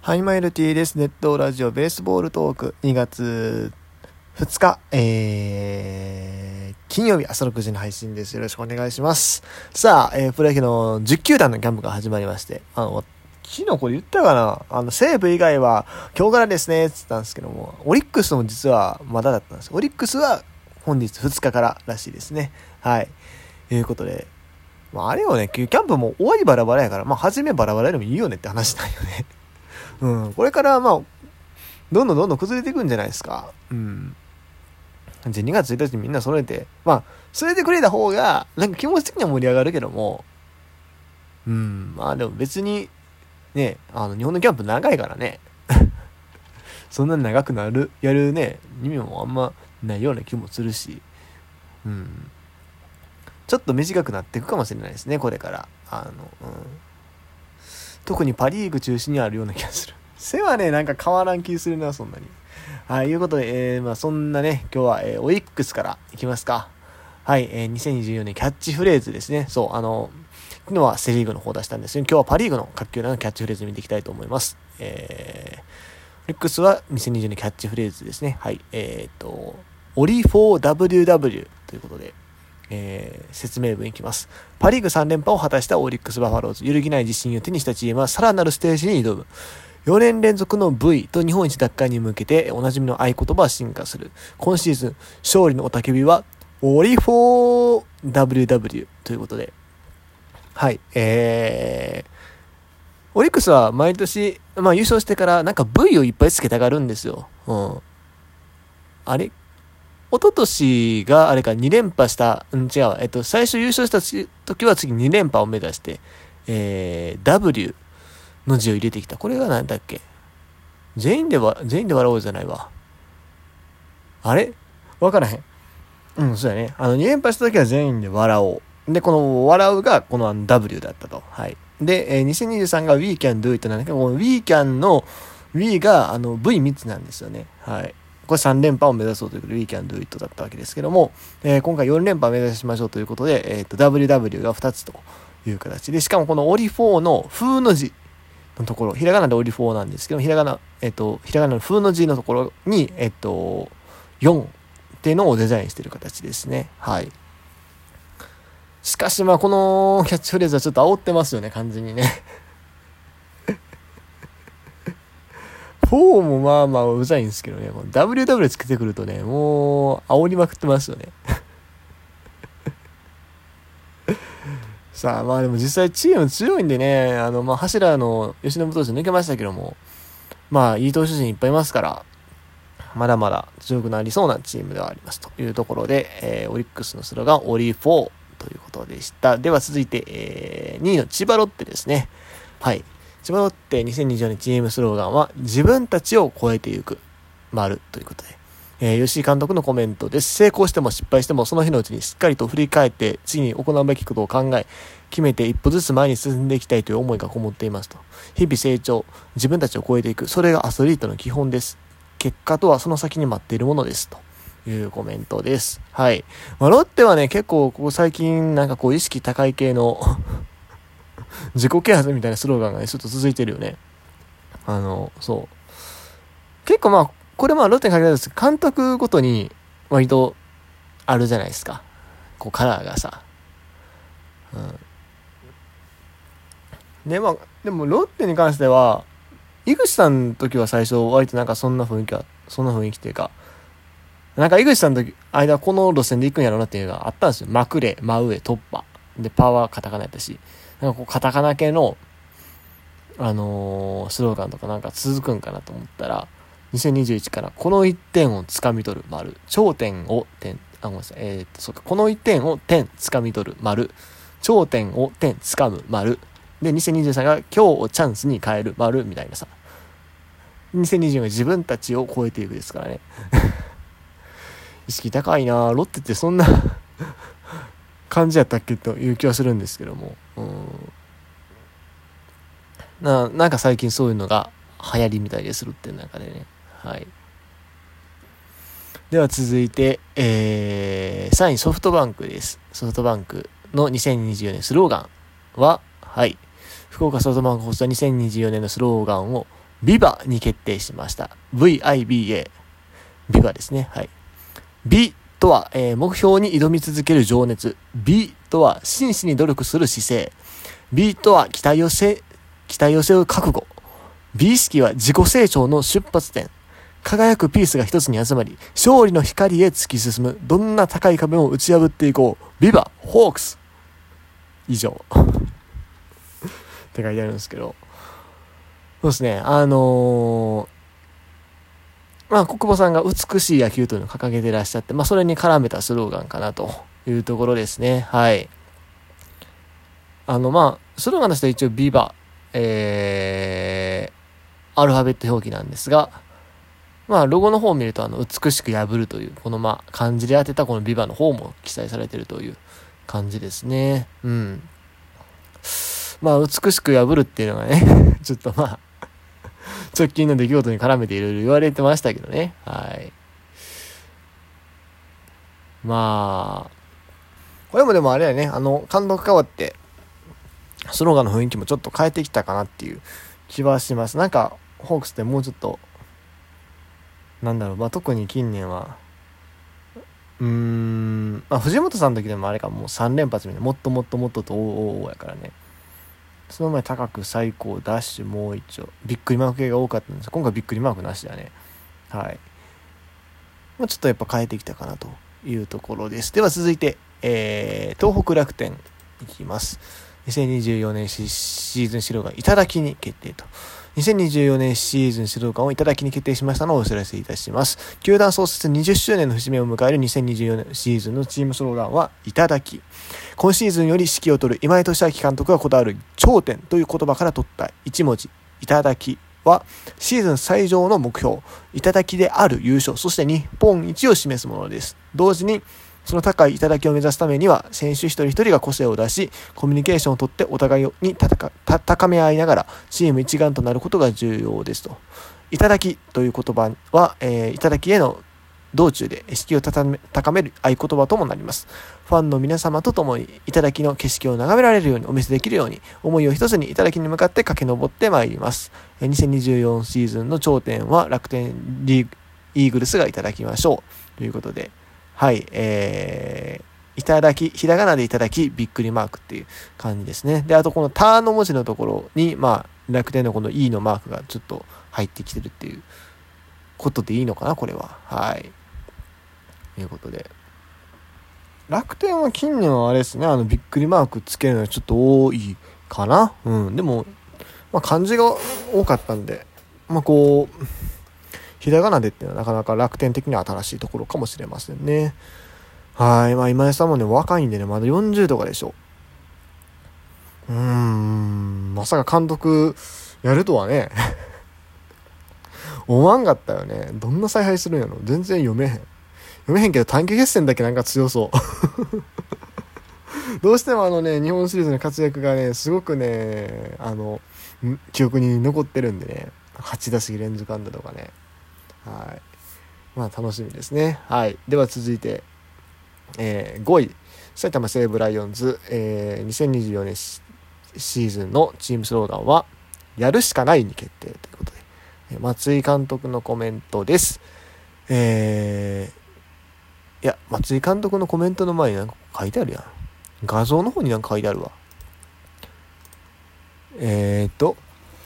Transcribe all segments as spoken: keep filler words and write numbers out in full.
はい、マイルティです。ネットラジオベースボールトークにがつふつか、えー、金曜日朝ろくじの配信です。よろしくお願いします。さあ、えー、プロ野球のじゅっきゅうだんのキャンプが始まりまして、あの、昨日これ言ったかな、あの、西武以外は今日からですね、って言ったんですけども、オリックスも実はまだだったんです。オリックスは本日ふつかかららしいですね。はい。ということで、まあ、あれよね、キャンプも終わりバラバラやから、まあ、初めバラバラでもいいよねって話なんよね。うん、これからまあどんどんどんどん崩れていくんじゃないですか。うん。じゃあにがつついたちにみんな揃えて、まあ揃えてくれた方がなんか気持ち的には盛り上がるけども、うん、まあでも別にね、あの日本のキャンプ長いからね、そんなに長くなるやるね意味もあんまないような気もするし、うん、ちょっと短くなっていくかもしれないですねこれから。あの、うん、特にパリーグ中心にあるような気がする。背はね、なんか変わらん気するな、そんなに。はい、いうことで、えー、まあそんなね、今日は、えー、オリックスからいきますか。はい、えー、にせんにじゅうよねんキャッチフレーズですね。そう、あの、昨日はセリーグの方出したんですけど、今日はパリーグの各球団のキャッチフレーズ見ていきたいと思います。えー、オリックスはにせんにじゅうねんキャッチフレーズですね。はい、えーと、オリ フォーダブリューダブリュー ということで、えー、説明文いきます。パリーグさん連覇を果たしたオリックスバファローズ、揺るぎない自信を手にしたチームはさらなるステージに挑む。よねん連続の ブイ と日本一奪還に向けておなじみの合言葉は進化する。今シーズン勝利の雄たけびはオリ フォーダブリューダブリュー ということで、はい、えー、オリックスは毎年、まあ、優勝してからなんか ブイ をいっぱいつけたがるんですよ。うん、あれ一昨年があれかに連覇した、うん、違う、えっと、最初優勝した時は次に連覇を目指して、えー、W の字を入れてきた。これが何だっけ、全員では、全員で笑おうじゃないわ。あれわからへん。うん、そうだね。あの、に連覇した時は全員で笑おう。で、この笑うが、この W だったと。はい。で、えー、にせんにじゅうさんが We Can Do It なんだけど、この We Can の We が、あの、ブイみっつ なんですよね。はい。これさん連覇を目指そうということで We Can Do It だったわけですけども、えー、今回よん連覇を目指しましょうということで、えっと、ダブリューダブリュー がふたつという形で、しかもこのオリフォーの風の字のところ、ひらがなでオリフォーなんですけど、ひらがな、えっと、ひらがなの風の字のところに、えっと、よんっていうのをデザインしている形ですね。はい。しかしまあこのキャッチフレーズはちょっと煽ってますよね、完全にね。フォーもまあまあうざいんですけどね、この ダブリューダブリュー つけてくるとね、もう煽りまくってますよね。さあまあでも実際チーム強いんでね、あのまあ柱の吉野投手抜けましたけども、まあいい投手陣いっぱいいますから、まだまだ強くなりそうなチームではありますというところで、えー、オリックスのスローガンオリフォーということでした。では続いて、えー、にいの千葉ロッテですね。はい。千葉ロッテにせんにじゅうよねんチームスローガンは自分たちを超えていく丸ということで、えー、吉井監督のコメントです。成功しても失敗してもその日のうちにしっかりと振り返って次に行うべきことを考え決めて一歩ずつ前に進んでいきたいという思いがこもっていますと。日々成長、自分たちを超えていく、それがアスリートの基本です。結果とはその先に待っているものですというコメントです。はい。まあ、ロッテはね結構ここ最近なんかこう意識高い系の自己啓発みたいなスローガンがねちょっと続いてるよね。あのそう結構まあこれまあロッテに限らず監督ごとに割とあるじゃないですか、こうカラーがさ、うん、でまあでもロッテに関しては井口さんの時は最初割となんかそんな雰囲気はそんな雰囲気っていうか、なんか井口さんの時間この路線で行くんやろうなっていうのがあったんですよ。まくれ、真上、突破でパワーカタカナやったし、なんかこうカタカナ系のあのー、スローガンとかなんか続くんかなと思ったら、にせんにじゅういちからこのいってんをつかみ取る丸、頂点を点、あごめんなさい、えー、っとそうかこのいってんを点つかみ取る丸、頂点を点つかむ丸で、にせんにじゅうさんが今日をチャンスに変える丸みたいなさ、にせんにじゅうよんが自分たちを超えていくですからね。意識高いな。ロッテってそんな感じやったっけという気はするんですけども、うん、な, なんか最近そういうのが流行りみたいでするっていう中でね。はい。では続いて、えー、さんいソフトバンクです。ソフトバンクのにせんにじゅうよねんスローガンは、はい。福岡ソフトバンクホースはにせんにじゅうよねんのスローガンをビバに決定しました。ブイアイビーエー。ビバですね。はい。美とは、えー、目標に挑み続ける情熱。美とは真摯に努力する姿勢。美とは期待をせ、期待を背負う覚悟。美意識は自己成長の出発点。輝くピースが一つに集まり、勝利の光へ突き進む。どんな高い壁も打ち破っていこう。ビバホークス。以上。って書いてあるんですけど。そうですね。あのー、まあ、国母さんが美しい野球というのを掲げてらっしゃって、まあ、それに絡めたスローガンかなというところですね。はい。あの、まあ、スローガンとしては一応ビバ、えー、アルファベット表記なんですが、まあ、ロゴの方を見ると、あの、美しく破るという、この、まあ、漢字で当てたこのビバの方も記載されているという感じですね。うん。まあ、美しく破るっていうのがね、ちょっとまあ、直近の出来事に絡めていろいろ言われてましたけどね。はい。まあ、これもでもあれやね、あの、監督変わって、スローガンの雰囲気もちょっと変えてきたかなっていう気はします。なんか、ホークスってもうちょっと、なんだろう、まあ、特に近年は、うーん、まあ、藤本さんの時でもあれか、もうさん連発目でもっともっともっととおおやからね。その前高く最高ダッシュもう一丁びっくりマーク系が多かったんですが、今回びっくりマークなしだね。はい。まあ、ちょっとやっぱ変えてきたかなというところです。では続いて、えー、東北楽天いきます。にせんにじゅうよねんシーズンスローガンいただきに決定と。にせんにじゅうよねんシーズンスローガンをいただきに決定しましたのをお知らせいたします。球団創設にじゅっしゅうねんの節目を迎えるにせんにじゅうよねんシーズンのチームスローガンはいただき。今シーズンより指揮を執る今井敏明監督がこだわる頂点という言葉から取ったいち文字いただきはシーズン最上の目標いただきである優勝、そして日本一を示すものです。同時にその高い頂を目指すためには選手一人一人が個性を出しコミュニケーションをとってお互いに高め合いながらチーム一丸となることが重要ですと。頂という言葉は、えー、頂への道中で士気を高める合言葉ともなります。ファンの皆様と共に頂の景色を眺められるようにお見せできるように思いを一つに頂に向かって駆け上ってまいります。にせんにじゅうよんシーズンの頂点は楽天リーグイーグルスがいただきましょうということで、はい、えー、いただき、ひらがなでいただき、びっくりマークっていう感じですね。で、あとこのターの文字のところに、まあ、楽天のこの E のマークがちょっと入ってきてるっていうことでいいのかな、これは。はい。ということで。楽天は近年はあれですね、あの、びっくりマークつけるのはちょっと多いかな。うん。でも、まあ、漢字が多かったんで、まあ、こう、ひらがなでっていうのはなかなか楽天的には新しいところかもしれませんね。はい。まあ今井さんもね、若いんでね、まだよんじゅうとかでしょ。うーん、まさか監督やるとはね。思わんかったよね。どんな采配するんやろ。全然読めへん。読めへんけど短期決戦だけなんか強そう。どうしてもあのね、日本シリーズの活躍がね、すごくね、あの、記憶に残ってるんでね。はち打席連続安打とかね。はい。まあ楽しみですね。はい。では続いて、えー、ごい、埼玉西武ライオンズ、えー、にせんにじゅうよねんシーズンのチームスローガンは、やるしかないに決定ということで、松井監督のコメントです。えー、いや、松井監督のコメントの前になんか書いてあるやん。画像の方になんか書いてあるわ。えーと、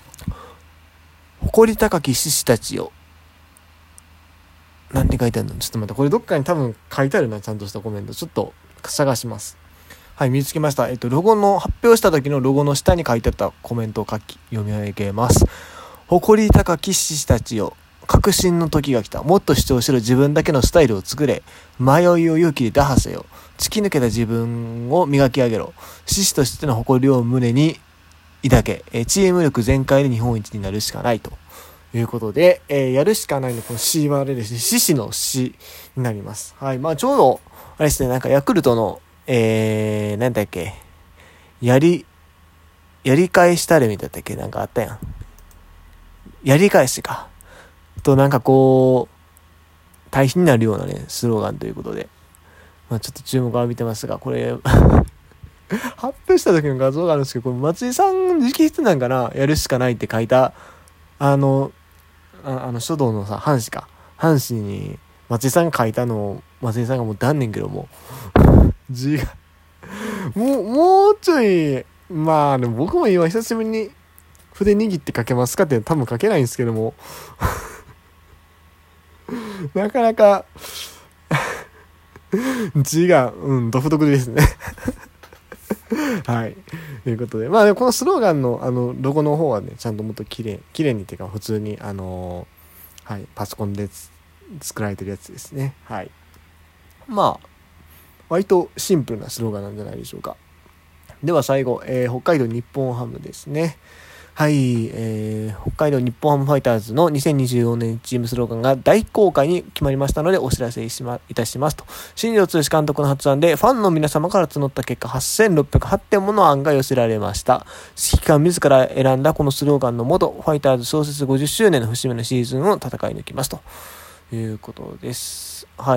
誇り高き志士たちよ。なんて書いてあるの？ちょっと待って、これどっかに多分書いてあるな、ちゃんとしたコメント。ちょっと探します。はい、見つけました。えっと、ロゴの、発表した時のロゴの下に書いてあったコメントを書き、読み上げます。誇り高き志士たちよ。革新の時が来た。もっと主張しろ。自分だけのスタイルを作れ。迷いを勇気で打破せよ。突き抜けた自分を磨き上げろ。志士としての誇りを胸に抱け。チーム力全開で日本一になるしかないということで、えー、やるしかないのこの C はあれですね、獅子の獅になります。はい。まあちょうど、あれですね、なんかヤクルトの、えー、なんだっけ、やり、やり返したれみたいだっけ、なんかあったやん。やり返しか。と、なんかこう、対比になるようなね、スローガンということで、まあちょっと注目を浴びてますが、これ、発表した時の画像があるんですけど、これ松井さん直筆なんかな、やるしかないって書いたあの、あ, あの書道のさ、半紙か。半紙に松井さんが書いたのを、松井さんがもう断ねんけども、字が、もう、もうちょい、まあ、でも僕も今久しぶりに筆握って書けますかって多分書けないんですけども、なかなか、字が、うん、独特ですね。はい。ということで。まあ、このスローガンの、あの、ロゴの方はね、ちゃんともっと綺麗、綺麗にっていうか、普通に、あのー、はい、パソコンで作られてるやつですね。はい。まあ、割とシンプルなスローガンなんじゃないでしょうか。では最後、えー、北海道日本ハムですね。はい、えー、北海道日本ハムファイターズのにせんにじゅうよねんチームスローガンが大公開に決まりましたのでお知らせしまいたしますと。新庄剛志監督の発案でファンの皆様から募った結果はっせんろっぴゃくはちてんもの案が寄せられました。指揮官自ら選んだこのスローガンのもと、ファイターズ創設ごじゅっしゅうねんの節目のシーズンを戦い抜きますということです。はい。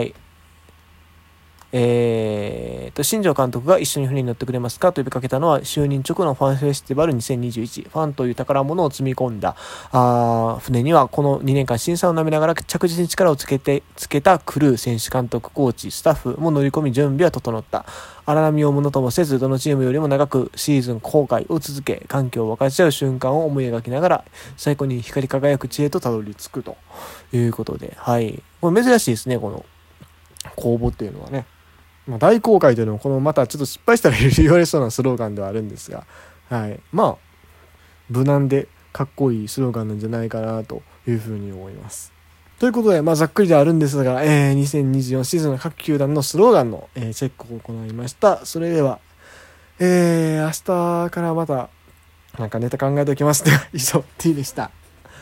えー、と新庄監督が一緒に船に乗ってくれますかと呼びかけたのは就任直後のファンフェスティバルにせんにじゅういち。ファンという宝物を積み込んだあ船にはこのにねんかん審査を舐めながら着実に力をつけてつけたクルー、選手、監督、コーチ、スタッフも乗り込み準備は整った。荒波をものともせずどのチームよりも長くシーズン後悔を続け、環境を分かち合う瞬間を思い描きながら最高に光り輝く知恵とたどり着くということで、はい、これ珍しいですね、この公募っていうのはね。まあ、大公開というのもこのまたちょっと失敗したら言われそうなスローガンではあるんですが、はい、まあ無難でかっこいいスローガンなんじゃないかなというふうに思います。ということで、まあ、ざっくりではあるんですが、えー、にせんにじゅうよんシーズンの各球団のスローガンの、えー、チェックを行いました。それでは、えー、明日からまたなんかネタ考えておきます。では以上 T でした。